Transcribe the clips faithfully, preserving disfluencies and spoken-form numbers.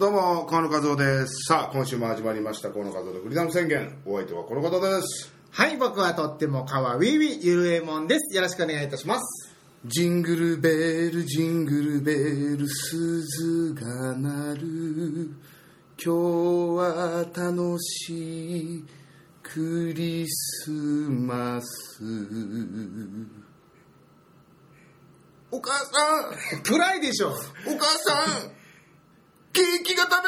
どうも河野和夫です。さあ今週も始まりました河野和夫のフリーダム宣言。お相手はこの方です。 はい、僕はとってもかわウィウィゆるえもんです。よろしくお願いいたします。 ジングルベルジングルベル鈴が鳴る、今日は楽しいクリスマス。お母さん暗いでしょ。 お母さんケーキが食べたい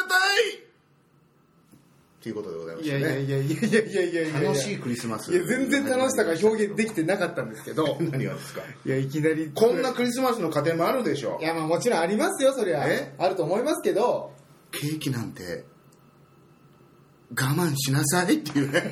ということでございましてね。 いやいやいやいやいやいやいやいや楽しいクリスマス。 いや全然楽しさが表現できてなかったんですけど何がですか。 いやいきなりこんなクリスマスの家庭もあるでしょ。 いやまあもちろんありますよ、そりゃあると思いますけど、 ケーキなんて我慢しなさいっていうね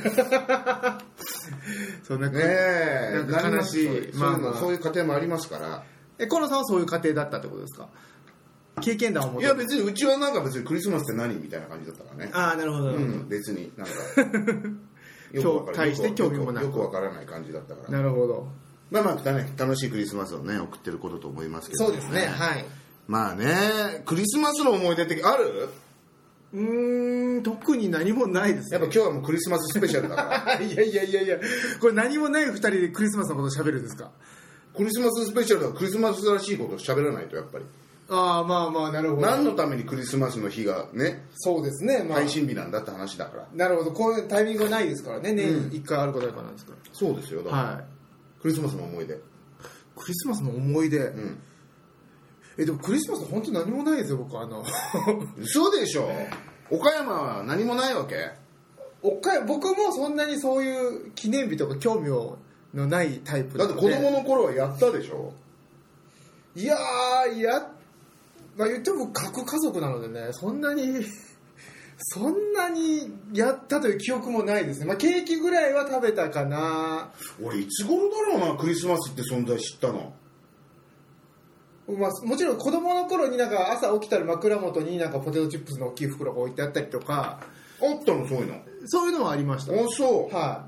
そんなねえなんか悲しい、 まあまあそういう家庭もありますから。 え河野さんはそういう家庭だったってことですか。経験談を持っていや別にうちはなんか別にクリスマスって何みたいな感じだったからね。 ああなるほど、 うん、別になんかよくわからない、対して興味もなくよくわからない感じだったから。 なるほど。まあまあね、楽しいクリスマスをね送ってることと思いますけど、 そうですね。はい。 まあね、クリスマスの思い出ってある？ うーん特に何もないですね。 やっぱ今日はもうクリスマススペシャルだからいやいやいやいや、これ何もないふたりでクリスマスのことを喋るんですか。 クリスマススペシャルだからクリスマスらしいことを喋らないとやっぱり。 ああまあまあなるほど。 何のためにクリスマスの日がね、 そうですね、まあ、 配信日なんだって話だから。 なるほど、こういうタイミングがないですからね、年にいっかいあることだからなんですから、 うん、そうですよ。だから、はい、クリスマスの思い出。 クリスマスの思い出、うん、えでもクリスマス本当何もないですよ僕。あの嘘でしょ。岡山は何もないわけ。 岡山僕もそんなにそういう記念日とか興味のないタイプだって子供の頃はやったでしょ。 いやーやっまあ、言っても核家族なのでね、そんなにそんなにやったという記憶もないですね。まあ、ケーキぐらいは食べたかな。 俺いつ頃だろうなクリスマスって存在知ったの。 まあ、もちろん子供の頃になんか朝起きたら枕元になんかポテトチップスの大きい袋が置いてあったりとか。 あったのそういうの。 そういうのはありました。 あそう。 はい、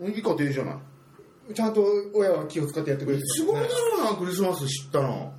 いい家庭じゃない。 ちゃんと親は気を使ってやってくれてた、ね、いつ頃だろうなクリスマス知ったの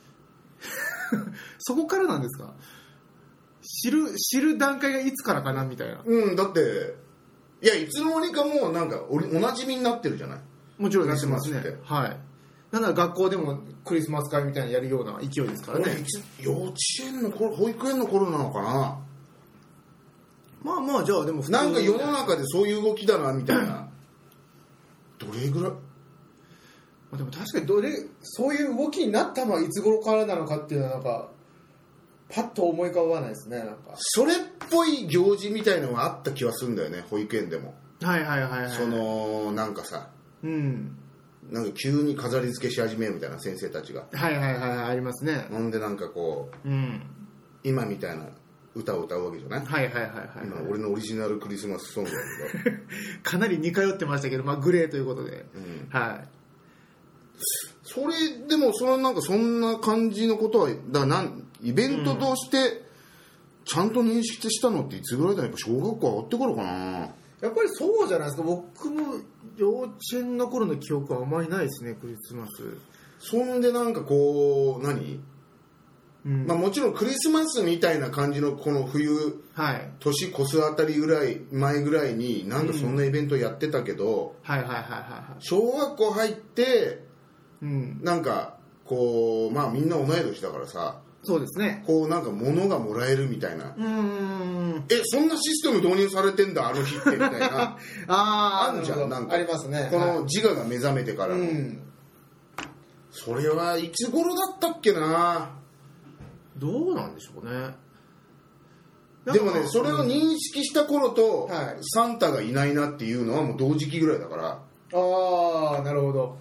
そこからなんですか。知る知る段階がいつからかなみたいな。 うんだっていやいつの間にかもうなんかおなじみになってるじゃない。 もちろんなってますね。はい。なんなら学校でもクリスマス会みたいなのやるような勢いですからね。 幼稚園の頃保育園の頃なのかな。 まあまあじゃあでもなんか世の中でそういう動きだなみたいなどれぐらいでも確かにどれそういう動きになったのはいつ頃からなのかっていうのはなんかパッと思い浮かばないですね。なんかそれっぽい行事みたいのがあった気はするんだよね保育園でも。 はいはいはいはい。 そのなんかさ、 うんなんか急に飾り付けし始めるみたいな先生たちが。 はいはいはいありますね。 なんでなんかこう、うん、今みたいな歌を歌うわけじゃない。 はいはいはいはい、はい、 今俺のオリジナルクリスマスソングだけどかなり似通ってましたけど、まあ、グレーということで、うん、はい。 それでもそのなんかそんな感じのことはだからなんイベントとしてちゃんと認識したのっていつぐらいだ。やっぱ小学校上がってからかな。 やっぱりそうじゃないですか。僕も幼稚園の頃の記憶はあまりないですねクリスマス。 そんでなんかこう何、うんまあ、もちろんクリスマスみたいな感じのこの冬、はい、年越すあたりぐらい前ぐらいになんかそんなイベントやってたけど、 はいはいはいはい。 小学校入ってうん、 なんかこうまあみんな同い年だからさ。 そうですね。 こうなんか物がもらえるみたいな。 うーんえそんなシステム導入されてんだあの日ってみたいなああるじゃん。なんかありますね。 この自我が目覚めてからの、はい、それはいつ頃だったっけな。 どうなんでしょうね。 でもねそれを認識した頃と、 うんはい、 サンタがいないなっていうのはもう同時期ぐらいだから。 ああなるほど。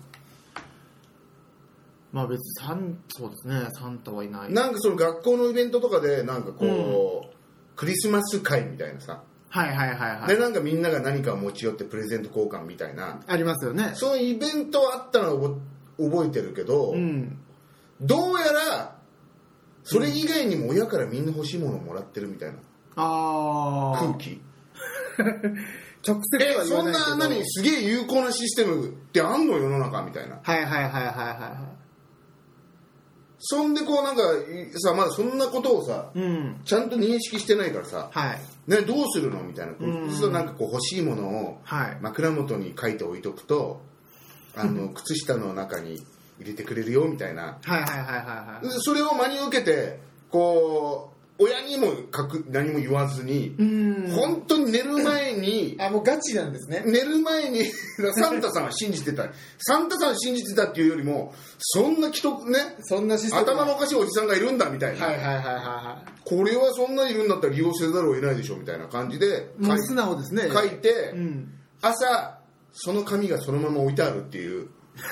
まあ別にサンそうですねサンタはいない。 なんかその学校のイベントとかでなんかこう、うん、クリスマス会みたいなさ。 はいはいはいはい。 でなんかみんなが何かを持ち寄ってプレゼント交換みたいなありますよね。 そのイベントはあったのを覚えてるけど、うん、どうやらそれ以外にも親からみんな欲しいものをもらってるみたいな、 あ空気直接は言わないけどそんな何すげえ有効なシステムってあんの世の中みたいな。 はいはいはいはいはい。 そんでこうなんかさまだそんなことをさ、 うん、 ちゃんと認識してないからさ、 はいね、どうするのみたいな、 うん、 そうするとなんかこう欲しいものを枕元に書いて置いとくと、はい、あの靴下の中に入れてくれるよみたいな、 はいはいはいはい、はい、 それを真に受けてこう親にもかく何も言わずに、うん、本当に寝る前にあもうガチなんですね。 寝る前にサンタさんは信じてたサンタさん信じてたっていうよりもそんな既得ねそんなシステム頭のおかしいおじさんがいるんだみたいな、 はいはいはいはいはい、 これはそんないるんだったら利用せざるを得ないでしょみたいな感じでもう素直ですね書いて、 うん、 朝その紙がそのまま置いてあるっていう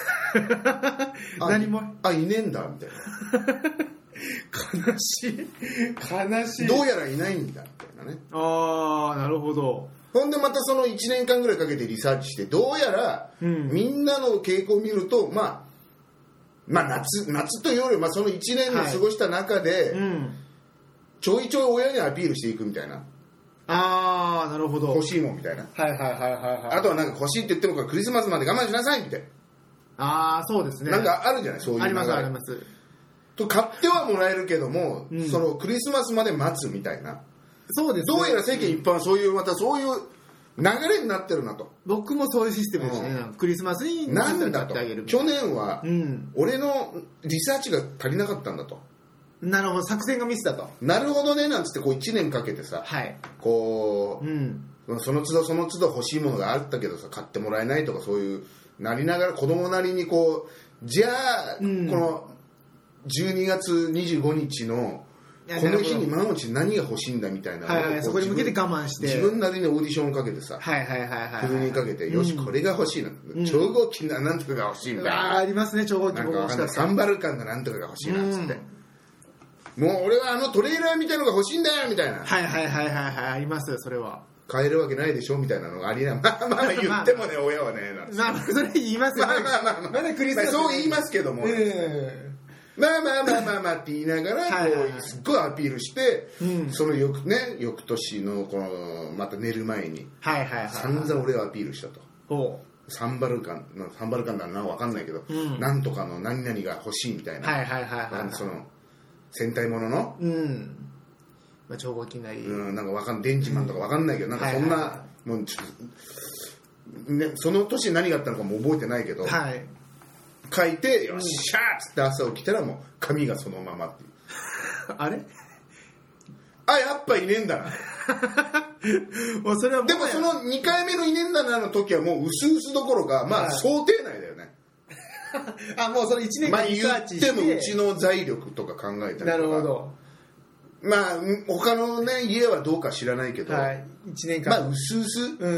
何もあいねえんだみたいな悲しい悲しいどうやらいないんだみたいなね。 ああなるほど。 ほんでまたそのいちねんかんぐらいかけてリサーチしてどうやら、うん、みんなの傾向を見るとまあまあ夏夏というよりまあそのいちねんの過ごした中で、はいうん、ちょいちょい親にアピールしていくみたいな。 ああなるほど。 欲しいもんみたいな。 はいはいはいはい、はい、 あとはなんか欲しいって言ってもクリスマスまで我慢しなさいみたいな。 ああそうですね。 なんかあるじゃないそういうのがありますあります。 と買ってはもらえるけども、うん、そのクリスマスまで待つみたいな。 そうです、ね、 どうやら世間一般はそういうまたそういう流れになってるなと。 僕もそういうシステムですね、うん、クリスマスになんだと去年は、うん、俺のリサーチが足りなかったんだと。 なるほど作戦がミスだと。 なるほどねなんつってこういちねんかけてさ、 はい、 こう、うん、その都度その都度欲しいものがあったけどさ買ってもらえないとかそういうなりながら子供なりにこうじゃあ、うん、このじゅうにがつにじゅうごにちのこの日にマモチ何が欲しいんだみたいな、 はいはい、そこに向けて我慢して自分なりにオーディションをかけてさ、 はいはいはいはい、 振るにかけて、うん、よしこれが欲しいな、うん、超合金ななんとかが欲しいんだ、 あありますね超合金も欲しかったサンバルカンがなんとかが欲しいなっつって、うん、もう俺はあのトレーラーみたいなのが欲しいんだよみたいな、 はいはいはいはいはいありますそれは買えるわけないでしょみたいなのがありなまあまあ言ってもね親はねまあまあそれ言いますよねまあまあまあまあ、まあ、クリスマスそう言いますけども、えーまあまあまあまあまあって言いながらこうすっごいアピールして、うん、その翌ね翌年のこのまた寝る前に散々俺をアピールしたと。サンバルカンサンバルカンだな分かんないけど、うん、なんとかの何々が欲しいみたいな、 はいはいはいはい、 その戦隊ものの、 うんまあ、超合金なり、 うん、なんかわかん電磁マンとか分かんないけど、うん、なんかそんな、はいはいはい、もうちょっと、ね、その年何があったのかも覚えてないけど、 はい書いてよっしゃーっつって朝起きたらもう紙がそのままっていうあれあやっぱいねえんだなもうそれはもうでもそのにかいめのいねえんだなの時はもう薄々どころかまあ想定内だよねあもうそのいちねんかんリサーチして、 まあ、言ってもうちの財力とか考えたりとかなるほどまあ他のね家はどうか知らないけど、 はい、いちねんかんまあ薄々、うん、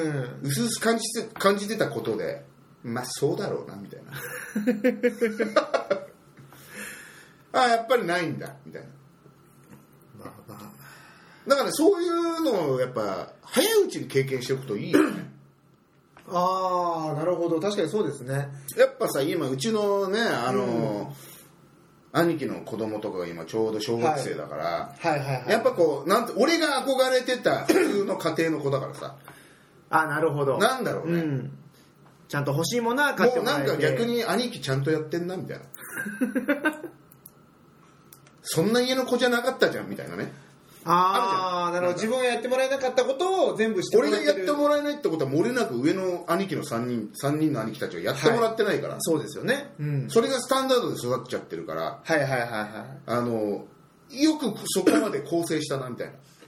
薄々感じて感じてたことでまあそうだろうなみたいなあやっぱりないんだみたいな、まあまあ、だからそういうのをやっぱ早いうちに経験しておくといいよねああなるほど確かにそうですねやっぱさ今うちのねあの、うん、兄貴の子供とかが今ちょうど小学生だから、 はいはいはいはい、 やっぱこうなんて俺が憧れてた普通の家庭の子だからさあなるほどなんだろうね、 うんちゃんと欲しいものは買ってもらえてもうなんか逆に兄貴ちゃんとやってんなみたいなそんな家の子じゃなかったじゃんみたいなねああなるほど自分がやってもらえなかったことを全部してもらってる俺がやってもらえないってことは漏れなく上の兄貴のさんにんさんにんの兄貴たちはやってもらってないから、はい、 そうですよね、うん、 それがスタンダードで育っちゃってるからはいはいはいはいあのよくそこまで構成したなみたい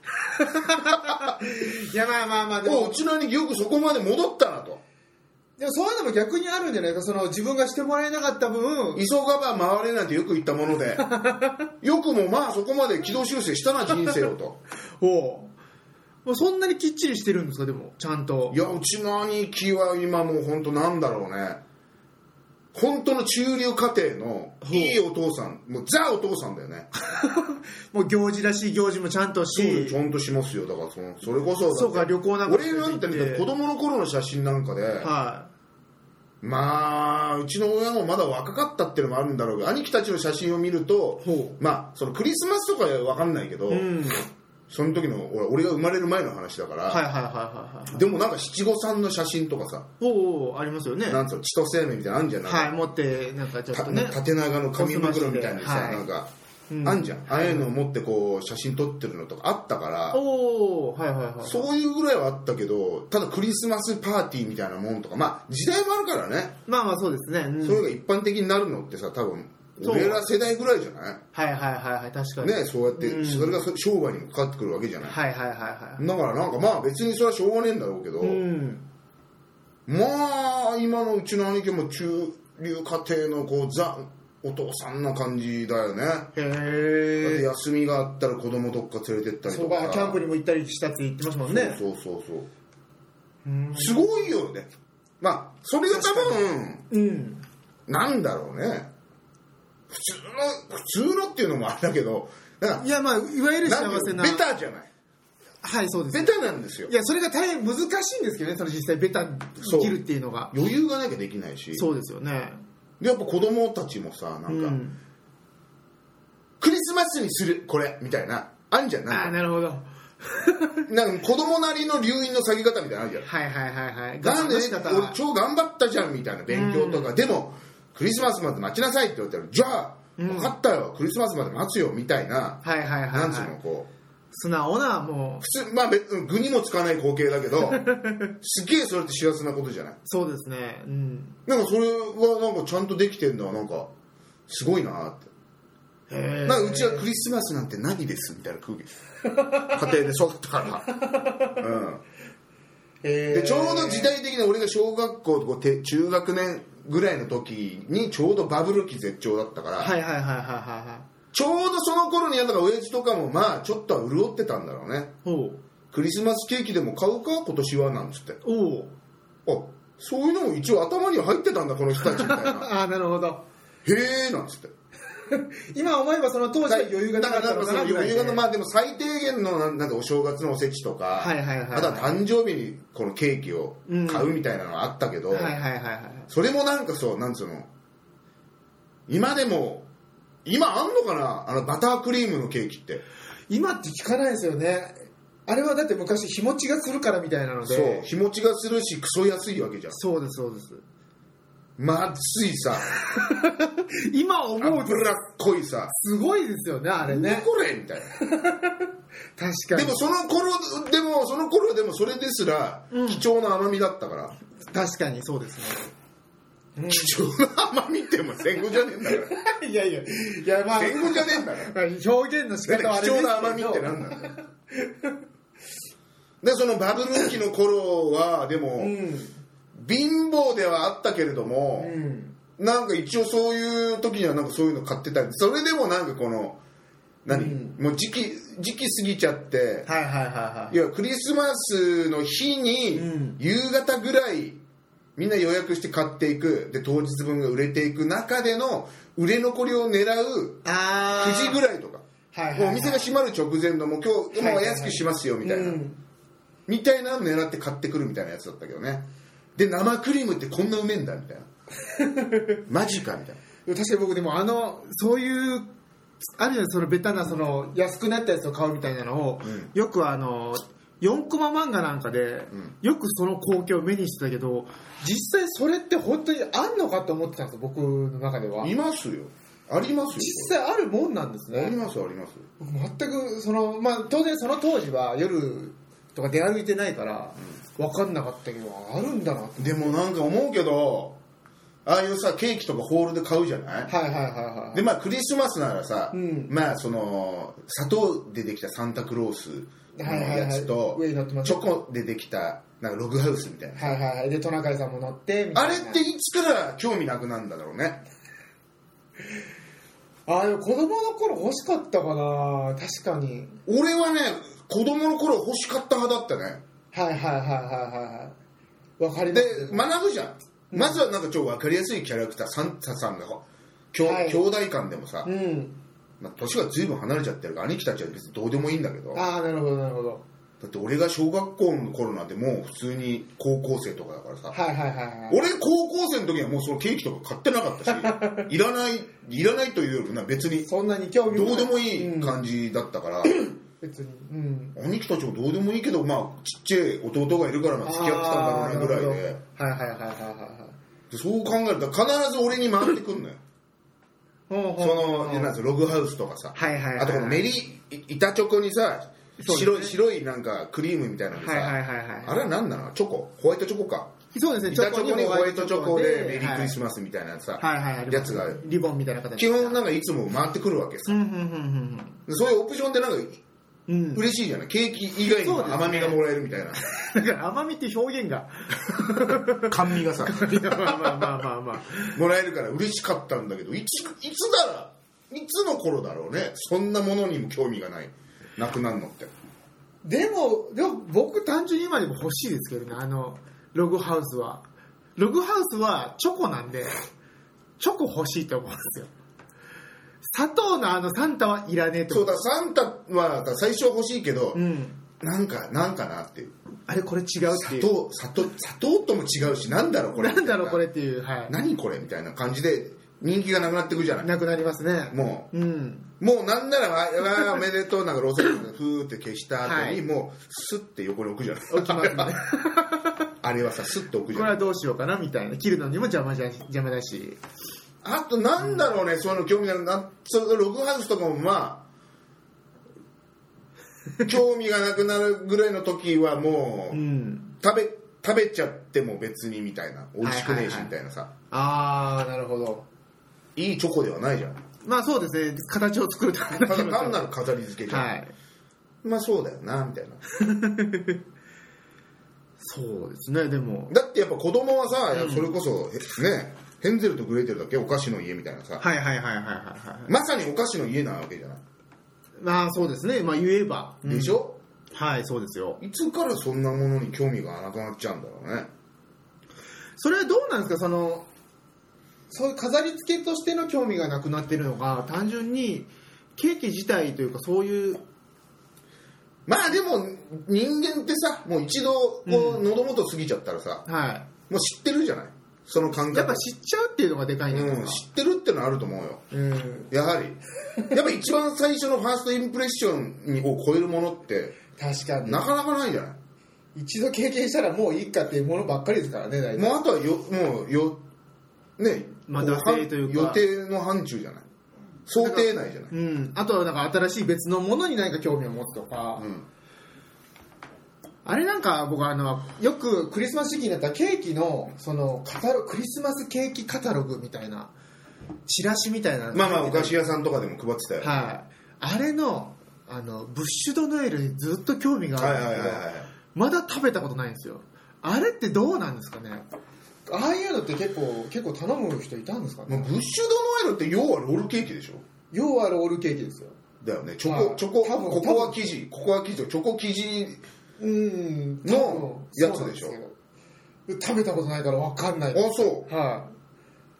ないやまあまあまあでもうちの兄貴よくそこまで戻ったなとでもそういうのも逆にあるんじゃないかその自分がしてもらえなかった分急がば回れなんてよく言ったものでよくもまあそこまで軌道修正したな人生をとおうそんなにきっちりしてるんですかでもちゃんといやうちの兄貴は今もう本当なんだろうね本当の中流家庭のいいお父さんもうザお父さんだよねもう行事らしい行事もちゃんとしちゃんとしますよだからそのそれこそそうか旅行なんか俺なんて見たら子供の頃の写真なんかで、はい、まあうちの親もまだ若かったっていうのもあるんだろうけど兄貴たちの写真を見るとまあそのクリスマスとかは分かんないけど、うん、 その時の俺俺が生まれる前の話だから、 はいはいはいはいはい。 でもなんか七五三の写真とかさ、 おおありますよね。 なんつうの千歳飴みたいなのあんじゃん。 はい、持ってなんかちょっとね縦長の紙袋みたいなさ、 はい、 なんか、うん、あんじゃん、ああいうのを持ってこう写真撮ってるのとかあったから、 おおはいはいはい。 そういうぐらいはあったけど、ただクリスマスパーティーみたいなもんとか、まあ時代もあるからね。 まあまあそうですね。うん、 それが一般的になるのってさ、多分俺ら世代ぐらいじゃない？ はいはいはいはい、確かにね、そうやって、うん、それが商売にもかかってくるわけじゃない。 はいはいはいはい。 だからなんかまあ別にそれはしょうがねえんだろうけど、うん、まあ今のうちの兄貴も中流家庭のこうザお父さんな感じだよね。へえ。だって休みがあったら子供どっか連れてったりとか。 そうか、キャンプにも行ったりしたって言ってますもんね。 そうそうそうそう。うんすごいよね。まあそれが多分、うん、なんだろうね。普通の普通のっていうのもあれだけど、 なんかいやまあいわゆる幸せなベタじゃない。 はいそうです。 ベタなんですよ。 いやそれが大変難しいんですけどね、その実際ベタに生きるっていうのが余裕がなきゃできないし。 そうですよね。 でやっぱ子供たちもさなんか、うん、クリスマスにするこれみたいなあんじゃん。 ああなるほど。 なんか子供なりの留飲の下げ方みたいなのあるじゃん。 はいはいはいはい。 なんで俺超頑張ったじゃんみたいな勉強とか、うん、でもクリスマスまで待ちなさいって言われたらじゃあ、うん、分かったよクリスマスまで待つよみたいな、 はいはいはいはい、 なんつうのこう素直なもう普通まあ具にもつかない光景だけどすげえそれって幸せなことじゃない。 そうですね、うん、 なんかそれはなんかちゃんとできてるのはなんかすごいなって。へなんかうちはクリスマスなんて何ですみたいな空気家庭で育ったから、うんでちょうど時代的に俺が小学校とて中学年ぐらいの時にちょうどバブル期絶頂だったから、 はいはいはいはいはいちょうどその頃にやったから親父とかもまあちょっとは潤ってたんだろうね。おうクリスマスケーキでも買うか今年はなんつって。おうあそういうのも一応頭には入ってたんだこの人たちみたいなあなるほどへえなんつって今思えばその当時は余裕がなかったのかな。 余裕がまあでも最低限のなんかお正月のおせちとか、はいはいはいはい、あとは誕生日にこのケーキを買うみたいなのがあったけど、うん、はいはいはいはい、それもなんかそうなんつうの今でも今あんのかなあのバタークリームのケーキって。 今って聞かないですよね。あれはだって昔日持ちがするからみたいなので。 そう日持ちがするしクソ安いわけじゃん。 そうですそうです。 まずいさ今思うと脂っこいさすごいですよねあれね。 何これみたいな確かに。 でもその頃でもその頃でもそれですら貴重な甘みだったから、うん、 確かにそうですね。 貴重な甘みってもう戦後じゃねえんだからいやいやいやまあ戦後じゃねえんだから表現の仕方はあれですけど貴重な甘みって何なんだよでそのバブル期の頃はでも、うん貧乏ではあったけれども、うん、なんか一応そういう時にはなんかそういうの買ってたり、それでもなんかこの何、うん、もう時期時期過ぎちゃって、はいはいはいはい、いやクリスマスの日に夕方ぐらいみんな予約して買っていくで当日分が売れていく中での売れ残りを狙うくじぐらいとか、はいはいはい、もうお店が閉まる直前のもう今日もう安くしますよみたいな、はいはいはい、みたいなのを狙って買ってくるみたいなやつだったけどね。で生クリームってこんなうめえんだみたいなマジかみたいな。確かに僕でもあのそういうあるよねそのベタなその安くなったやつを買うみたいなのを、うん、よくあのよんコマ漫画なんかで、うん、よくその光景を目にしてたけど実際それって本当にあんのかと思ってたんですよ僕の中では。 いますよありますよ。 実際あるもんなんですね。 ありますあります。 全くその、まあ、当然その当時は夜とか出歩いてないから、うん、分かんなかったけどあるんだなって。 でもなんか思うけどああいうさケーキとかホールで買うじゃない。 はいはいはいはい。 でまあクリスマスならさ、うん、まあその砂糖でできたサンタクロースのやつと、はいはいはい、チョコでできたなんかログハウスみたいな。 はいはいはい。でトナカイさんも乗ってみたいな。 あれっていつから興味なくなんだろうね。 あでも子供の頃欲しかったかな。確かに俺はね子供の頃欲しかった派だったね。 はいはいはいはいはいわかります。 で学ぶじゃん、うん、まずはなんか超分かりやすいキャラクターサンタさんがきょ、はい、兄弟間でもさ、うんまあ、年が随分離れちゃってるから兄貴たちは別にどうでもいいんだけど。 ああなるほどなるほど。 だって俺が小学校の頃なんてもう普通に高校生とかだからさ、 はいはいはいはい、 俺高校生の時にはもうそのケーキとか買ってなかったしいらないいらないというよりも別にそんなに興味どうでもいい感じだったから、うん、 別に、うん、 兄貴たちもどうでもいいけど、まあちっちゃい弟がいるからまあ付き合ってたんだろうねぐらいで、 はいはいはいはいはい、 でそう考えると必ず俺に回ってくんのよそのなんかログハウスとかさ、 はいはいはいはい、 あとこのメリ板チョコにさ、白い白いなんかクリームみたいなのでさ、はいはいはいはい、あれは何なの？チョコ？ホワイトチョコか。 そうですね。 板チョコにホワイトチョコでメリークリスマスみたいなさ、 はいはいはい、 やつがリボンみたいな形。 基本なんかいつも回ってくるわけさ。うんうんうんうん、そういうオプションでなんか、うん、嬉しいじゃない。ケーキ以外にも甘みがもらえるみたいな。 だから甘みって表現が甘みがさ、 まあまあまあまあまあもらえるから嬉しかったんだけど、いついつだらいつの頃だろうね。そんなものにも興味がない。なくなるのって。 でもでも僕単純に今でも欲しいですけどね。あのログハウスはログハウスはチョコなんでチョコ欲しいと思うんですよ。砂糖のあのサンタはいらねえと思う。 そうだ、サンタは最初欲しいけど、うん、なんかなんかなっていう。 あれこれ違うっていう。 砂糖砂糖砂糖とも違うし、なんだろうこれ。 なんだろうこれっていう、はい。 何これみたいな感じで人気がなくなってくるじゃない。 なくなりますね。 もう、うん、もうなんならあおめでとうなんかローソンでふーって消した後に、はい、もうスッて横に置くじゃない。 置きますね。 あれはさスッと置くじゃない。 これはどうしようかなみたいな。切るのにも邪魔じゃ邪魔だし。 あとなんだろうね、うん、そういうの興味があるな。そのログハウスとかもまあ興味がなくなるぐらいの時はもう、うん、食べ食べちゃっても別にみたいな、美味しくねえしみたいなさ、はいはいはい、 ああなるほど。 いいチョコではないじゃん。 まあそうですね、形を作るための単なる飾り付けじゃん、はい、まあそうだよなみたいなそうですね。でもだってやっぱ子供はさ、うん、それこそねヘンゼルとグレーテルだけお菓子の家みたいなさ、 はいはいはいはいはい、はい、 まさにお菓子の家なわけじゃない。 まあそうですね、まあ言えばでしょ、 うん、はいそうですよ。 いつからそんなものに興味がなくなっちゃうんだろうね。 それはどうなんですか。そのそういう飾り付けとしての興味がなくなってるのか、単純にケーキ自体というかそういう。 まあでも人間ってさ、もう一度こう、うん、喉元過ぎちゃったらさ、はい、もう知ってるじゃない。その感覚やっぱ知っちゃうっていうのがでかいんだけど、 うん、知ってるってのはあると思うよ、うん、やはりやっぱ一番最初のファーストインプレッションを超えるものって確かになかなかないじゃない。 一度経験したらもういいかっていうものばっかりですからね。大体もうあとはよもうよね、まあ、予定の範疇じゃない、想定内じゃない、 うん、あとはなんか新しい別のものに何か興味を持つとか、うん、あれなんか僕あのよくクリスマス時期になったらケーキのそのカタロクリスマスケーキカタログみたいなチラシみたいな、 まあまあお菓子屋さんとかでも配ってたよ、 はい、あれのあのブッシュドノエルにずっと興味があるんですけど、はいはいはいはい、まだ食べたことないんですよ。あれってどうなんですかね。ああいうのって結構結構頼む人いたんですかね。 ブッシュドノエルって要はロールケーキでしょ。 要はロールケーキですよ。 だよね。チョコ、チョコ、ここは生地、ここは生地、チョコ生地のやつでしょ。 食べたことないから分かんない。 あ、そう。はい。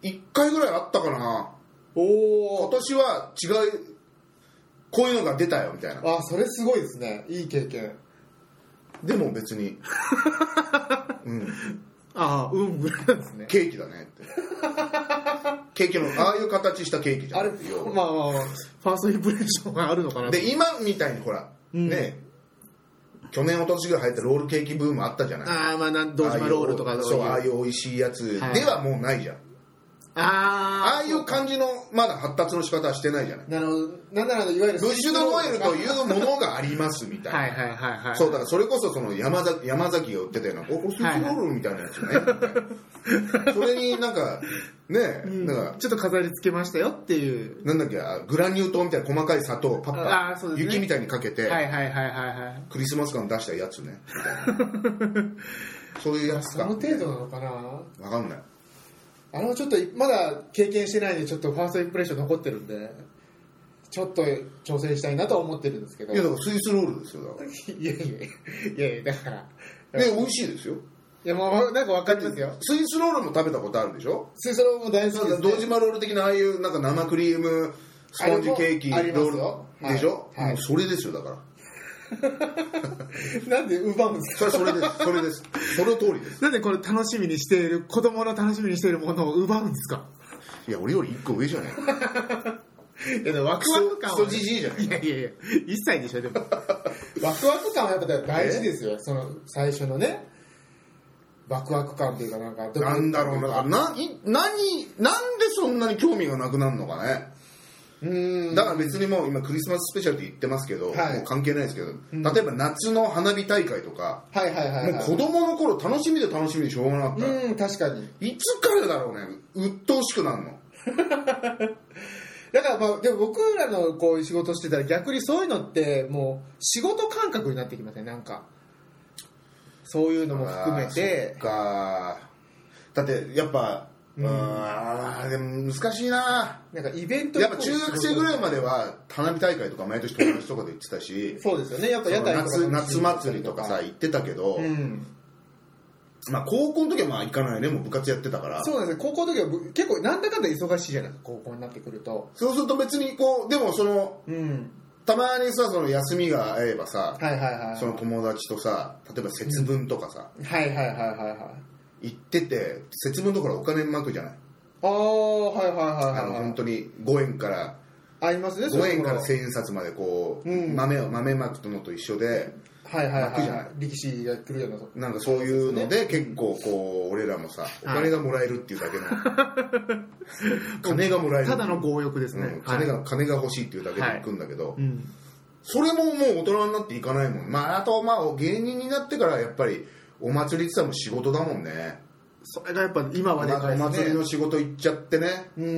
一回ぐらいあったかな。おお。今年は違う、こういうのが出たよみたいな。 あ、それすごいですね。いい経験。 でも別に。うん。 ああ、うんぐらいなんですね。 ケーキだねって。ケーキのああいう形したケーキじゃん。あれ、 まあまあまあ、ファーストインプレッションがあるのかな。 で、今みたいにほら、うん、ね、去年一昨年ぐらい流行ったロールケーキブームあったじゃない。 ああ、まあなん堂島ロールとかそう、ああいう美味しいやつではもうないじゃん。はい、ああいう感じのまだ発達の仕方はしてないじゃない。 なるほど。なんならいわゆるブッシュドノエルというものがありますみたいな。 はいはいはいはい。 そうだからそれこそその山崎山崎が売ってたようなおこれスイーツロールみたいなやつね。はいはい、それになんかね、うん、なんかちょっと飾り付けましたよっていう。 なんだっけグラニュー糖みたいな細かい砂糖をパッパ、ね、雪みたいにかけて、 はいはいはいはいはい。 クリスマス感出したやつね。そういうやつか。 その程度なのかな。 わかんない。 あのちょっとまだ経験してないんでちょっとファーストインプレッション残ってるんでちょっと挑戦したいなとは思ってるんですけど。 いやだからスイスロールですよ。だからいやいやいやいやだからえ美味しいですよ。 いやもうなんか分かりますよ。 スイスロールも食べたことあるでしょ。 スイスロールも大好きです、ね、 堂島ロール的なああいうなんか生クリームスポンジケーキロールでしょ、はいはい、もうそれですよだからなんで奪うんですか。 それそれですそれですその通りです。 なんでこれ楽しみにしている子供の楽しみにしているものを奪うんですか。 いや俺より一個上じゃないいやでもワクワク感は、 クソじじいじゃないいやいやいや一切でしょでもワクワク感はやっぱ大事ですよ。その最初のねワクワク感っていうかなんかなんだろうな、ない何なんでそんなに興味がなくなるのかね。 うーんだから別にもう今クリスマススペシャルって言ってますけど、 はいもう関係ないですけど、 うん例えば夏の花火大会とか、 はいはいはい、はい、 もう子供の頃楽しみで楽しみでしょうがなかった、 うん確かに。 いつからだろうね鬱陶しくなるの。 だからまあでも僕らのこういう仕事してたら逆にそういうのってもう仕事感覚になってきますね。なんかそういうのも含めて。 あーそっか。だってやっぱ、うん、あでも難しいな。 なんかイベントやっぱ中学生ぐらいまでは花火大会とか毎年友達とかで行ってたし、 そうですよね。やっぱ屋台とか夏夏祭りとかさ行ってたけど、うん、まあ高校の時はまあ行かないね。もう部活やってたから。 そうなんですよ。高校の時は結構なんだかんだ忙しいじゃないですか。高校になってくると。 そうすると別にこうでもその、うん、たまにさその休みが合えばさ、 はいはいはいはい、 その友達とさ例えば節分とかさ、 うん、はいはいはいはいはい。 行ってて節分とかお金まくじゃない。 ああはいはいはいはい、 あの本当にごえんからありますね。 ごえんからせんえん札までこう、うん、豆を豆まくのと一緒で、 はいはいはい、はい、力士が来るようななんかそういうので、ね、結構こう俺らもさお金がもらえるっていうだけの金がもらえるただの強欲ですね、 うん、金が、はい、金が欲しいっていうだけで行くんだけど、はい、 うん、 それももう大人になっていかないもん。まああとまあ芸人になってからやっぱりお祭りって言ったらもう仕事だもんね。 それがやっぱ今はでかいですね。 お祭りの仕事行っちゃってね、 うん、うん、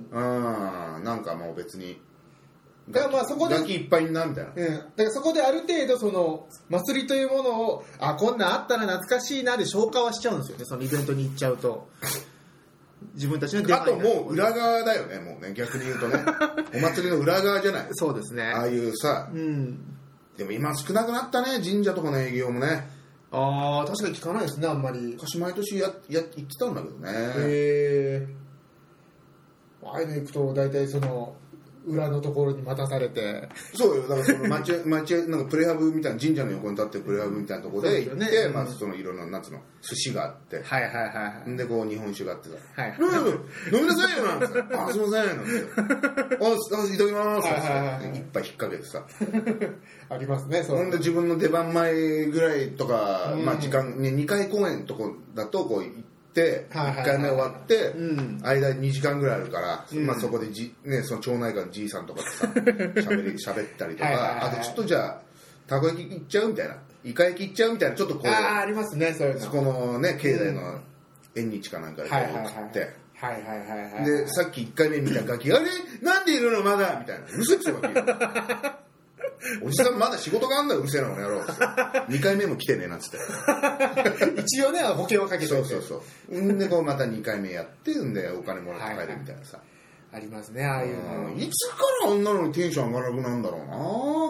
なんかもう別にだからまあそこでガキいっぱいになみたいな、うん、 だからそこである程度その祭りというものをあこんなんあったら懐かしいなで消化はしちゃうんですよね。そのイベントに行っちゃうと自分たちの出あともう裏側だよね。もうね逆に言うとねお祭りの裏側じゃない。 そうですね。 ああいうさ、うん、でも今少なくなったね神社とかの営業もね。 ああ確かに聞かないですねあんまり。 昔毎年やや行ってたんだけどね。へえああいうの行くと大体その裏のところに待たされて。 そうよ。だからその町町なんかプレハブみたいな神社の横に立ってるプレハブみたいなところで行って、ね、まずそのいろんな夏の寿司があって、 はいはいはいはい。 でこう日本酒があってさ、 はい、 飲みなさいよなんて、あすいませんなんて、あいただきますっていっぱい引っ掛けてさ、 ありますね。そう。 ほんで自分の出番前ぐらいとか、まあ時間ににかい公演のとこだとこう。でいっかいめ終わって、うん、間にじかんぐらいあるから、うんまあ、そこでじ、ね、その町内会のじいさんとかとさ喋り喋ったりとかはいはい、はい、あとちょっとじゃあたこ焼き行っちゃうみたいなイカ焼き行っちゃうみたいなちょっとこうあありますねそういうのそこのね境内の縁日かなんかでこう送ってはいはいはいはいでさっきいっかいめ見たガキあれなんでいるのまだみたいなうるせえくせガキおじさんまだ仕事があんだようるせえなこの野郎にかいめも来てねなんつって一応ね保険をかけてそうそうそうんでこうまたにかいめやってんでお金もらって帰るみたいなさ、 はいはい、ありますねああいうのいつからあんなのにテンション上がらなくなんだろうな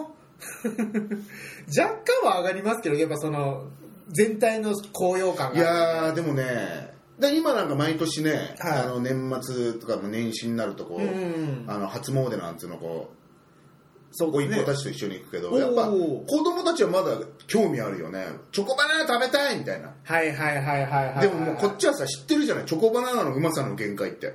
若干は上がりますけどやっぱその全体の高揚感が、 ね、いやーでもねで今なんか毎年ね、はい、あの年末とかも年始になるとこう、うん、あの初詣なんつうのこうおいっ子たちと一緒に行くけどやっぱ子供たちはまだ興味あるよね。チョコバナナ食べたいみたいな。 はいはいはいはいはい。 でももうこっちはさ知ってるじゃないチョコバナナのうまさの限界って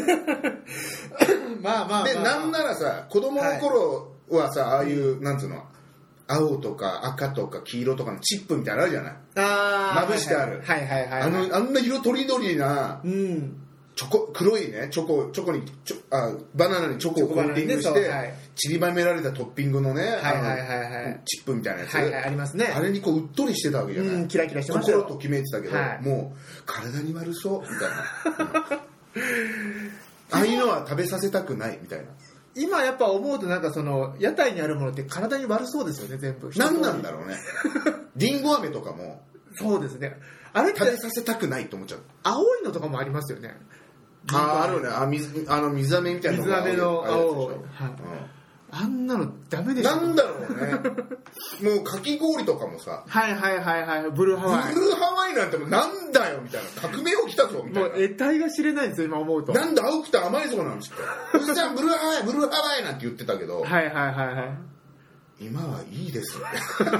まあまあ、まあ、 でなんならさ子供の頃はさ、はい、ああいうなんつうの青とか赤とか黄色とかのチップみたいなのあるじゃないあまぶしてあるはいはいはい、はい、 あのあんな色とりどりな、うんチョコ黒いねチョコチョコにチョあバナナにチョコをコーティングして、ねはい、散りばめられたトッピングのね、はいはいはいはい、チップみたいなやつ、 はいはい、ありますね。 あれにこううっとりしてたわけじゃない。 うんキラキラしてましたよ。 心ときめいてたけど、はい、もう体に悪そうみたいな。ああいうのは食べさせたくないみたいな。 今やっぱ思うとなんかその屋台にあるものって体に悪そうですよね全部。 何なんだろうね。リンゴ飴とかも。 そうですね。あれって食べさせたくないと思っちゃう。 青いのとかもありますよね。 ああるねあ水あの水飴みたいなの水飴の青、はいうん、あんなのダメでしょ。 なんだろうねもうかき氷とかもさはいはいはいはいブルーハワイブルーハワイなんてもうなんだよみたいな革命起きたぞみたいなもう得体が知れないんですよ今思うとなんだ青くて甘いぞなんつっておじさんブルーハワイブルーハワイなんて言ってたけどはいはいはいはい今はいいです確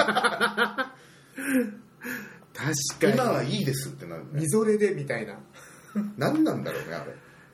かに今はいいですってなるねみぞれでみたいな何なんだろうねあれ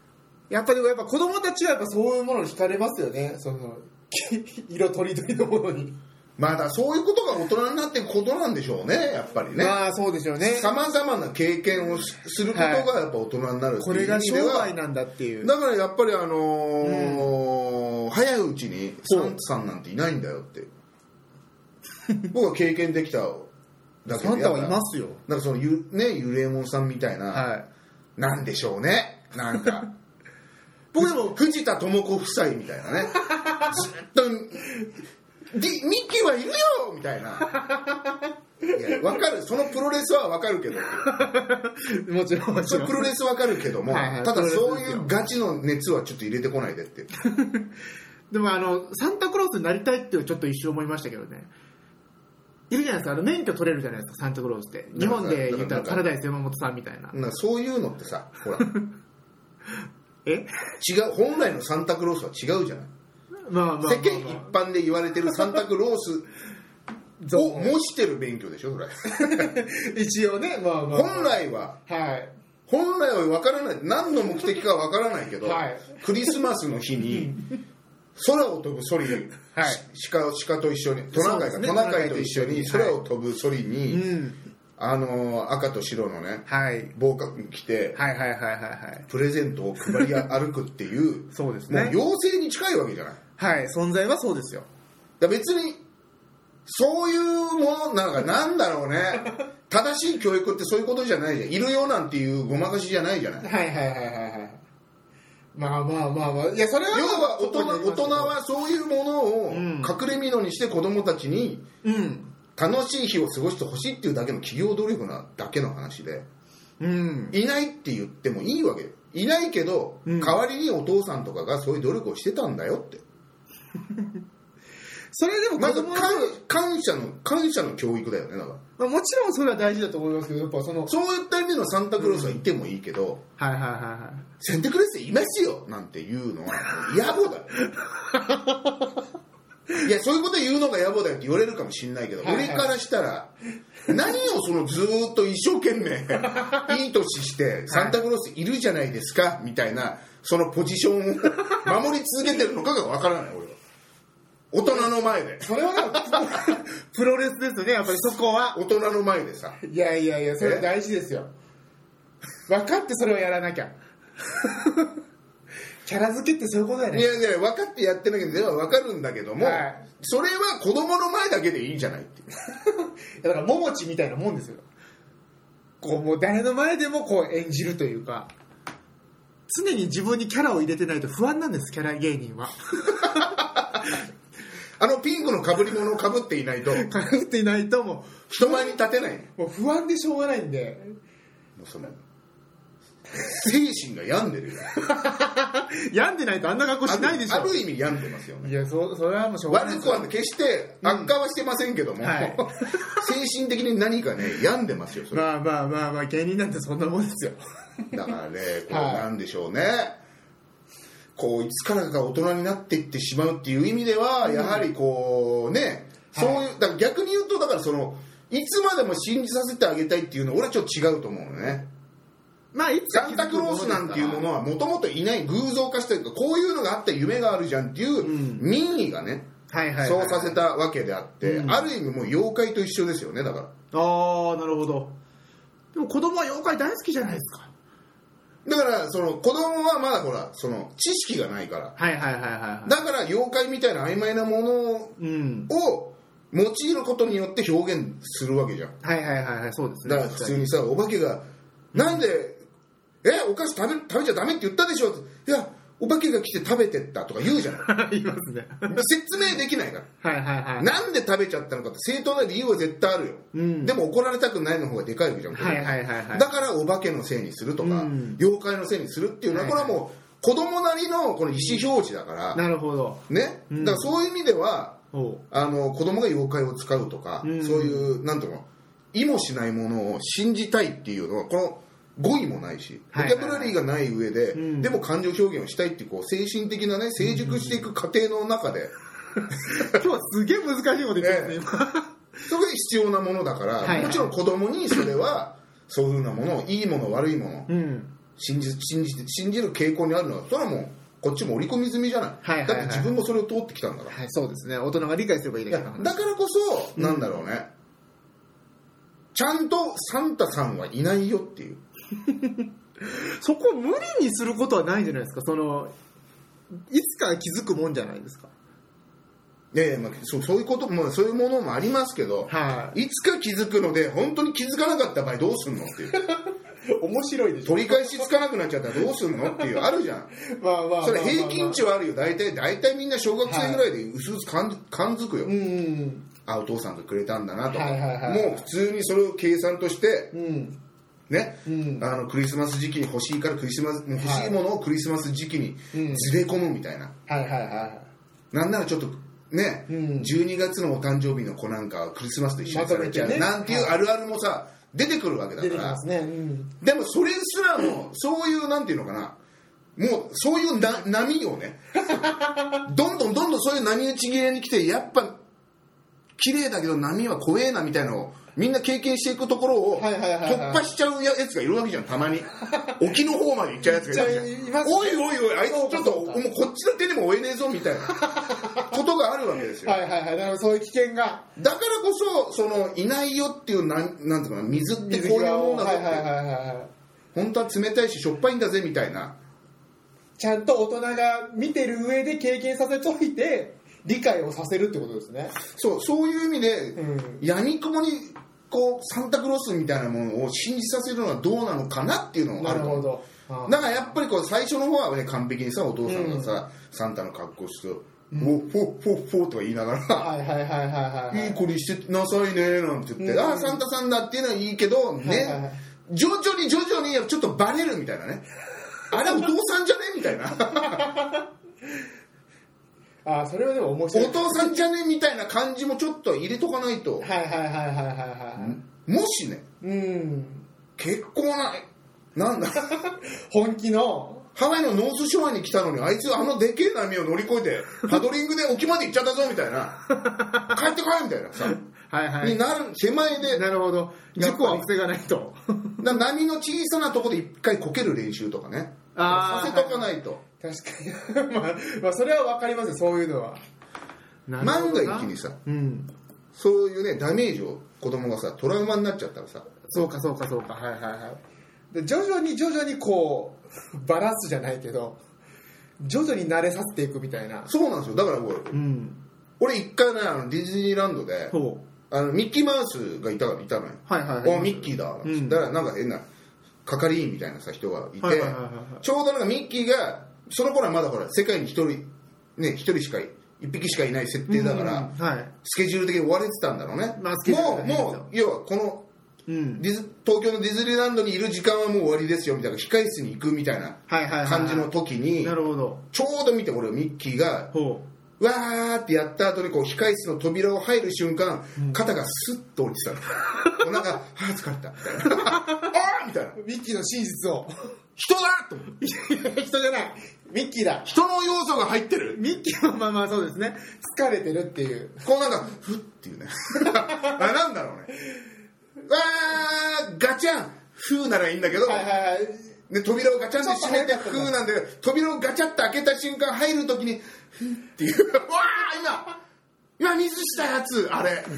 やっぱりやっぱ子供たちはやっぱそういうものに惹かれますよね。その色とりどりのものに。 まだそういうことが大人になっていくことなんでしょうね、やっぱりね。 まあそうでしょうね。 さまざまな経験をすることがやっぱ大人になるっていう意味では、はい、これが商売なんだっていう。 だからやっぱりあのーうん、早いうちにサンタさんなんていないんだよって僕は経験できただけで。 サンタはいますよ。 なんかそのゆねゆれもんさんみたいな、はい、なんでしょうね、なんか僕でも藤田智子夫妻みたいなねずっとミッキーはいるよみたいな。いや分かる、そのプロレスは分かるけどもちろんもちろんプロレス分かるけども、はいはい、ただそういうガチの熱はちょっと入れてこないでってでもあのサンタクロースになりたいってちょっと一瞬思いましたけどね。いるじゃないですか、あの免許取れるじゃないですか、サンタクロースって。日本で言ったらパラダイス山本さんみたいな。 なんかそういうのってさ、ほらえ違う、本来のサンタクロースは違うじゃない。 まあまあまあまあ、 世間一般で言われてるサンタクロースを模してる免許でしょ、それ一応ね、まあまあ、まあ、 本来は、 はい、 本来は分からない、何の目的かは分からないけど、はい、クリスマスの日に空を飛ぶソリ、はい、鹿, 鹿と一緒にトナカイか、ね、トナカイと一緒に空を飛ぶソリに、はい、うん、あの赤と白のね、はい、防火服着て、 はいはいはいはいはい、 プレゼントを配り歩くっていうそうですね、 もう妖精に近いわけじゃない。 はい、存在はそうですよ。 だ別にそういうものなんかなんだろうね正しい教育ってそういうことじゃないじゃん。いるよなんていうごまかしじゃないじゃない。 はいはいはいはいはい。まあまあまあまあ、いやそれは要は大人、大人はそういうものを隠れ蓑にして子供たちに楽しい日を過ごしてほしいっていうだけの企業努力なだけの話で、うん、いないって言ってもいいわけよ。いないけど、うん、代わりにお父さんとかがそういう努力をしてたんだよってそれでもまず感謝の感謝の教育だよね。だから、 まあ、もちろんそれは大事だと思いますけど、やっぱそのそういった意味のサンタクロースはいてもいいけど、 うん、はいはいはいはい、 サンタクロースいますよなんていうのは野暮だよいやそういうこと言うのが野暮だよって言われるかもしれないけど、はいはい、俺からしたら何をそのずーっと一生懸命いい年してサンタクロースいるじゃないですかみたいなそのポジションを守り続けてるのかがわからない。俺は大人の前でそれはプロレスですよね、やっぱりそこは大人の前でさ。 いやいやいや、それ大事ですよ。分かってそれをやらなきゃキャラ付けってそういうことだよね。 いやいや分かってやってなきゃでは分かるんだけども、はい、それは子供の前だけでいいんじゃないってだから桃地みたいなもんですよ。こうもう誰の前でもこう演じるというか、常に自分にキャラを入れてないと不安なんです、キャラ芸人はあのピンクの被り物を被っていないと被っていないともう人前に立てない。 もう不安でしょうがないんで、 もうその精神が病んでるよ病んでないとあんな格好しないでしょ。 ある意味病んでますよね。 いや そ, それはもうしょうがない。 悪くは決して悪化はしてませんけども、うんはい、精神的に何かね病んでますよそれ。 まあまあまあまあ芸人なんてそんなもんですよだからねこれなんでしょうね、はい、こういつからか大人になっていってしまうっていう意味では、うん、やはりこうね、そういう、はい、だから逆に言うとだからそのいつまでも信じさせてあげたいっていうのは俺はちょっと違うと思うのね。 まあ、いつサンタクロースなんていうものはもともといない偶像化したりとか、こういうのがあったら夢があるじゃんっていう民意がね、はいはいはいはい、そうさせたわけであって、うん、ある意味もう妖怪と一緒ですよね。だからああなるほど。でも子供は妖怪大好きじゃないですか。 だからその子供はまだほらその知識がないから、 はいはいはいはい、 だから妖怪みたいな曖昧なものを用いることによって表現するわけじゃん。 はいはいはいはい、そうですね。 だから普通にさお化けがなんでえお菓子食べ、食べちゃダメって言ったでしょ。いやお化けが来て食べてったとか言うじゃない言いますね説明できないからはいはいはい、 なんで食べちゃったのかって正当な理由は絶対あるよ、うん、でも怒られたくないの方がでかいわけじゃん、 はいはいはいはい、 だからお化けのせいにするとか、うん、妖怪のせいにするっていうのは、はいはい、これはもう子供なりのこの意思表示だから。 なるほどね、うん、だからそういう意味ではあの子供が妖怪を使うとか、うん、そういうなんていうの意もしないものを信じたいっていうのはこの語彙もないしボキャブラリーがない上で、はいはいはい、でも感情表現をしたいっていう、こう精神的なね成熟していく過程の中で今日はすげえ難しいこと言ってますね、 ね、それが必要なものだから、はいはい、もちろん子供にそれはそういうようなものいいもの悪いもの、うん、 信じ信じて信じる傾向にあるのはそれはもうこっちも織り込み済みじゃない、はいはいはい、だって自分もそれを通ってきたんだから、 はい、そうですね。大人が理解すればいいだけだだからこそ、うん、なんだろうね、ちゃんとサンタさんはいないよっていうそこを無理にすることはないんじゃないですか。そのいつか気づくもんじゃないですか。 いやいや、まあ、そう、そういうこともそういうものもありますけど、はい、いつか気づくので本当に気づかなかった場合どうすんのっていう面白いでしょ。 取り返しつかなくなっちゃったらどうすんのっていうあるじゃんまあまあまあ、それ平均値はあるよ。大体大体みんな小学生ぐらいでうすうす感づくよ、はい、うんうん、あお父さんがくれたんだなとか、はいはいはい、もう普通にそれを計算として、うんね、うん、あのクリスマス時期に欲しいからクリスマス欲しいものをクリスマス時期にずれ込むみたいな、はいはいはいはい、なんならちょっとね、うん、じゅうにがつのお誕生日の子なんかクリスマスと一緒にされちゃう、ね、なんていうあるあるもさ、はい、出てくるわけだから、ね、うん、でもそれすらもそういうなんていうのかな、もうそういうな波をねどんどんどんどんそういう波打ち切れに来て、やっぱ綺麗だけど波は怖えなみたいなのをみんな経験していくところを突破しちゃうやつがいるわけじゃん、たまに沖の方まで行っちゃうやつがいるじゃんおいおいおい、あいつちょっともうこっちの手でも追えねえぞみたいなことがあるわけですよはいはいはい、だからそういう危険がだからこそ、そのいないよっていうなん、なんていうかな、水ってこういうもんだぞって、はいはいはいはい、本当は冷たいししょっぱいんだぜみたいな、 ちゃんと大人が見てる上で経験させといて理解をさせるってことですね。 そう、そういう意味で、うん、闇雲にこうサンタクロースみたいなものを信じさせるのはどうなのかなっていうのがあると思う。なるほど。ああ、だからやっぱりこう最初の方は、ね、完璧にさお父さんがさ、うん、サンタの格好してフォッフォッフォッフォッとか言いながらはいはいはいはいはい、いい子にしてなさいねなんて言って、うん、ああサンタさんだっていうのはいいけどね、はいはいはい、徐々に徐々にちょっとバレるみたいなねあれお父さんじゃねみたいなああ、それはでも面白い。 お父さんじゃねみたいな感じもちょっと入れとかないと、 はいはいはいはいはいはい、 もしね、うん、結構ななんだ本気のハワイのノースショアに来たのにあいつあのでけえ波を乗り越えてパドリングで沖まで行っちゃったぞみたいな帰って帰るみたいなさはいはいになる手前で、 なるほど、事故は防がないとだ波の小さなところで一回こける練習とかねさせとかないと、 はい、確かにまあ、まあそれは分かりますよ、そういうのは。 万が一にさ、うん、そういうねダメージを子供がさトラウマになっちゃったらさ、 そうかそうかそうか、はいはいはい、で徐々に徐々にこうバラすじゃないけど徐々に慣れさせていくみたいな。 そうなんですよ。だから俺、うん、俺一回ねあのディズニーランドであのミッキーマウスがいたいたのよ、はいはいはい、おミッキーだ、うん、だからなんか変な係員みたいなさ人がいて、はいはいはいはい、ちょうどなんかミッキーがその頃はまだほら世界に一人ね一人しか一匹しかいない設定だから、うんはい、スケジュール的に追われてたんだろうね、まあ、もうもう要はこのうん、ディズ東京のディズニーランドにいる時間はもう終わりですよみたいな、控室に行くみたいな感じの時に、なるほど、ちょうど見て俺ミッキーがわーってやった後にこう控室の扉を入る瞬間、うん、肩がスッと降りてたのなんかあー疲れたみたいなあーみたいな、 ミッキーの真実を人だと思って人じゃないミッキーだ、 人の要素が入ってる。 ミッキーはまあまあそうですね、疲れてるっていうこうなんかフッっていうねあなんだろうね、わーガチャンフーならいいんだけど、はいはいはい、で扉をガチャンって閉めてフーなんで扉をガチャッと開けた瞬間入るときにフーっていうわー今今水したやつあれ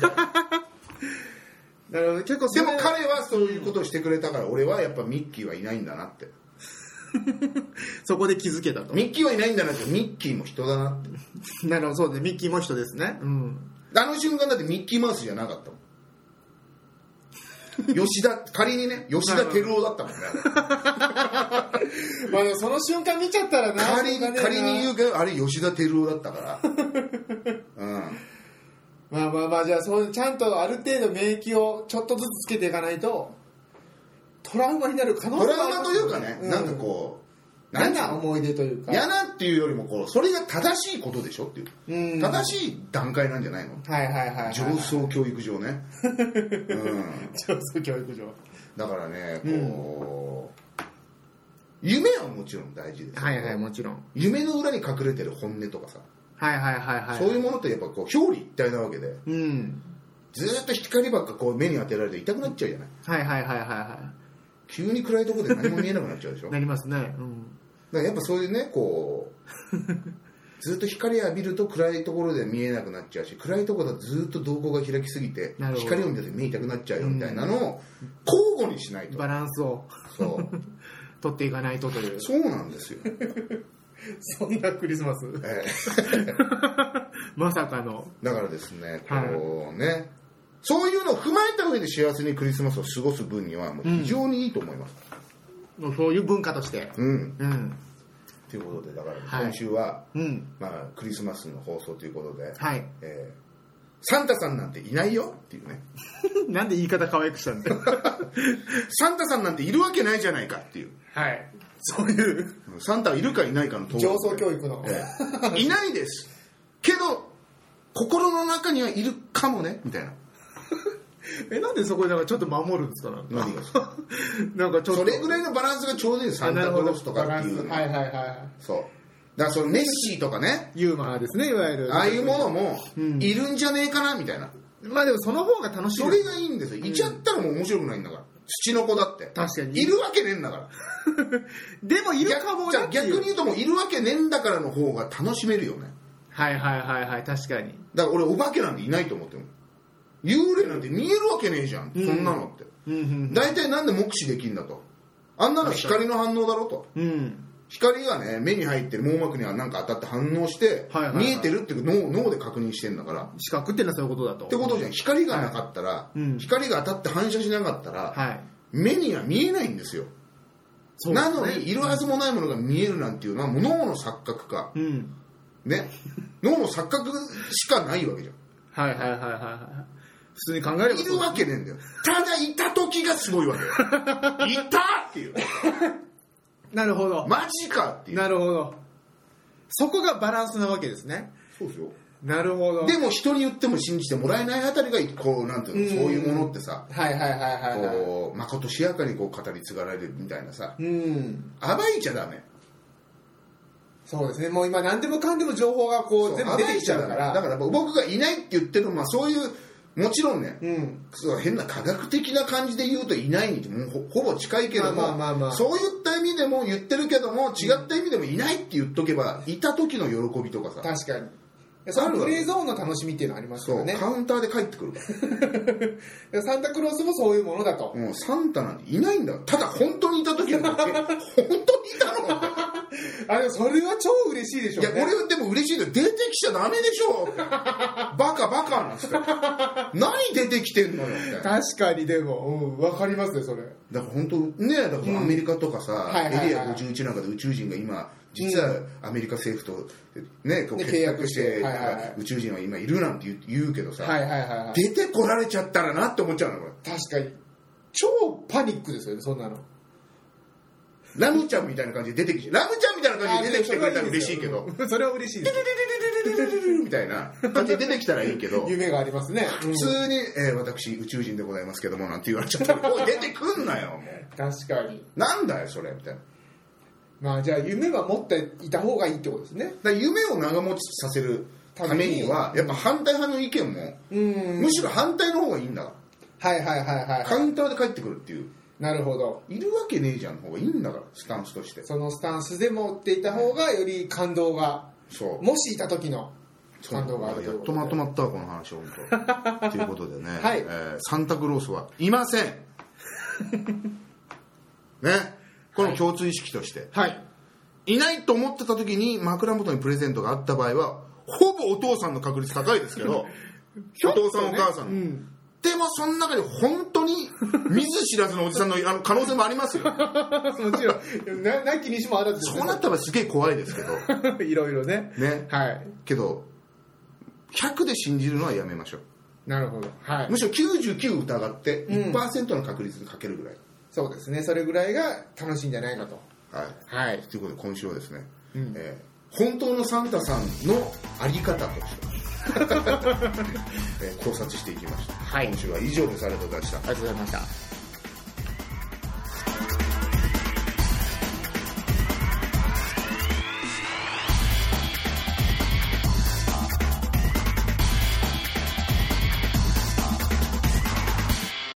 なるほど、結構でも彼はそういうことをしてくれたから、俺はやっぱミッキーはいないんだなってそこで気づけたと。 ミッキーはいないんだなって、ミッキーも人だなってなるほど、そうでミッキーも人ですね、うん、 あの瞬間だってミッキーマウスじゃなかったもん吉田、仮にね吉田照夫だったもんねまあその瞬間見ちゃったらな、 仮に仮に言うけどあれ吉田照夫だったからうん、 まあまあまあ、じゃあそうちゃんとある程度免疫をちょっとずつつけていかないとトラウマになる可能性がある。トラウマというかね、うん、なんかこう嫌な思い出というか、 嫌なっていうよりもこうそれが正しいことでしょっていう、うん、正しい段階なんじゃないの。 はいはいはい、はい、 上層教育上ね、うん、 上層教育上だからねこう、うん、夢はもちろん大事です。 はいはい、もちろん夢の裏に隠れてる本音とかさ、 はいはいはいはい、 そういうものってやっぱこう表裏一体なわけで、うん、ずっと光ばっかこう目に当てられて痛くなっちゃうじゃない。 はいはいはいはいはい。 急に暗いところで何も見えなくなっちゃうでしょなりますね、うん、 だからやっぱそういうねこうずっと光浴びると暗いところで見えなくなっちゃうし、暗いところだとずっと瞳孔が開きすぎて光を見た時目痛くなっちゃうよみたいなのを交互にしないと、 バランスをそう取っていかないとという。 そうなんですよそんなクリスマス、ええ、まさかの。だからですねこうね、はい、そういうのを踏まえた上で幸せにクリスマスを過ごす分にはもう非常にいいと思います、 うん、そういう文化としてうんうんということで、だから今週は、はいうんまあ、クリスマスの放送ということで、 はいえー、サンタさんなんていないよっていうねなんで言い方可愛くしたんだよサンタさんなんているわけないじゃないかっていう、 はいそういうサンタはいるかいないかの上層教育の、 えー、いないですけど心の中にはいるかもねみたいなえなんでそこでなんかちょっと守るんですか？ 何がですか？ なんかちょっとそれぐらいのバランスがちょうどいいサンタクロースとかっていう、 はいはいはいそうだからそのネッシーとかねユーモアですねいわゆるああいうものもいるんじゃねえかなみたいな、 うん、まあでもその方が楽しいそれがいいんですよ。いちゃったらもう面白くないんだから、土の子だって確かにいるわけねえんだからでもいるかもじゃあ逆に言うともういるわけねえんだからの方が楽しめるよね。 はいはいはいはい確かに。 だから俺お化けなんていないと思っても幽霊なんて見えるわけねえじゃん、うん、そんなのって、うんうん、大体なんで目視できんだと、あんなの光の反応だろと、うん、光がね目に入ってる網膜には何か当たって反応して、はいはいはい、見えてるって脳脳で確認してんだから、 視覚ってのはそういうことだとってことじゃん。光がなかったら、はいうん、光が当たって反射しなかったら、はい、目には見えないんですよ。そうですね、なのにいるはずもないものが見えるなんていうのはもう脳の錯覚か、うん、ね脳の錯覚しかないわけじゃん。 はいはいはいはいはい普通に考えればいるわけねえんだよ。ただいた時がすごいわけよいたっていうなるほどマジかっていう。 なるほどそこがバランスなわけですね。 そうですよ。 なるほど。 でも人に言っても信じてもらえないあたりがこうなんていうの、そういうものってさ、 はいはいはいはい、はい、 こうまことしやかにこう語り継がれるみたいなさ、うん暴いちゃダメ。 そうですね。もう今何でもかんでも情報がこう全部出てきちゃうから。 だから僕がいないって言ってるのは、まあ、そういうもちろんね、うん、変な科学的な感じで言うといないにもう ほ, ほぼ近いけども、まあまあまあまあ、そういった意味でも言ってるけども、違った意味でもいないって言っとけば、いた時の喜びとかさ。 確かに。そのプレイゾーンの楽しみっていうのありますよね。 そうカウンターで帰ってくるからサンタクロースもそういうものだと。 もうサンタなんていないんだ。ただ本当にいた時は本当にいたのあでもそれは超嬉しいでしょうね。 いや俺でも嬉しいけど出てきちゃダメでしょバカバカなんつって何出てきてんのよみたいな。 確かにでも、うん、分かりますねそれ。 だから本当ねだからアメリカとかさ、うんはいはいはい、エリアごじゅういちなんかで宇宙人が今実はアメリカ政府と、ね、こう契約して、はいはいはい、宇宙人は今いるなんて言う、言うけどさ、はいはいはいはい、出てこられちゃったらなって思っちゃうのこれ。 確かに超パニックですよねそんなの。 ラムちゃんみたいな感じで出てきてラムちゃんみたいな感じで出てきてくれたら嬉しいけどそれは嬉しいですみたいな感じで出てきたらいいけど夢がありますね、 うん、普通に、えー、私宇宙人でございますけどもなんて言われちゃったらおい出てくんなよもう確かになんだよそれみたいな。 まあじゃあ夢は持っていた方がいいってことですね。 だから夢を長持ちさせるためにはやっぱ反対派の意見もうんむしろ反対の方がいいんだから。 はいはいはいはい、はい、 カウンターで帰ってくるっていう。 なるほど。 いるわけねえじゃんの方がいいんだからスタンスとして。 そのスタンスで持っていた方がより感動が、そうもしいた時の感動があるということで。 やっとまとまったわこの話本当ということでね、はいえー、サンタクロースはいませんねこの共通意識として、はい、いないと思ってた時に枕元にプレゼントがあった場合はほぼお父さんの確率高いですけどお父さんお母さんの、うんでもその中で本当に見ず知らずのおじさんのあの可能性もありますよもちろん な, なきにしもあらずそうなったらすげえ怖いですけどいろいろねね、はい、けどひゃくで信じるのはやめましょう。 なるほど、はい、 むしろきゅうじゅうきゅう疑って いちパーセント の確率でかけるぐらい、うん、 そうですねそれぐらいが楽しいんじゃないかと。 はい、はい、ということで今週はですね、うんえー、本当のサンタさんのあり方としてえー、考察していきました、はい、今週は以上です。ありがとうございました。 ありがとうございました。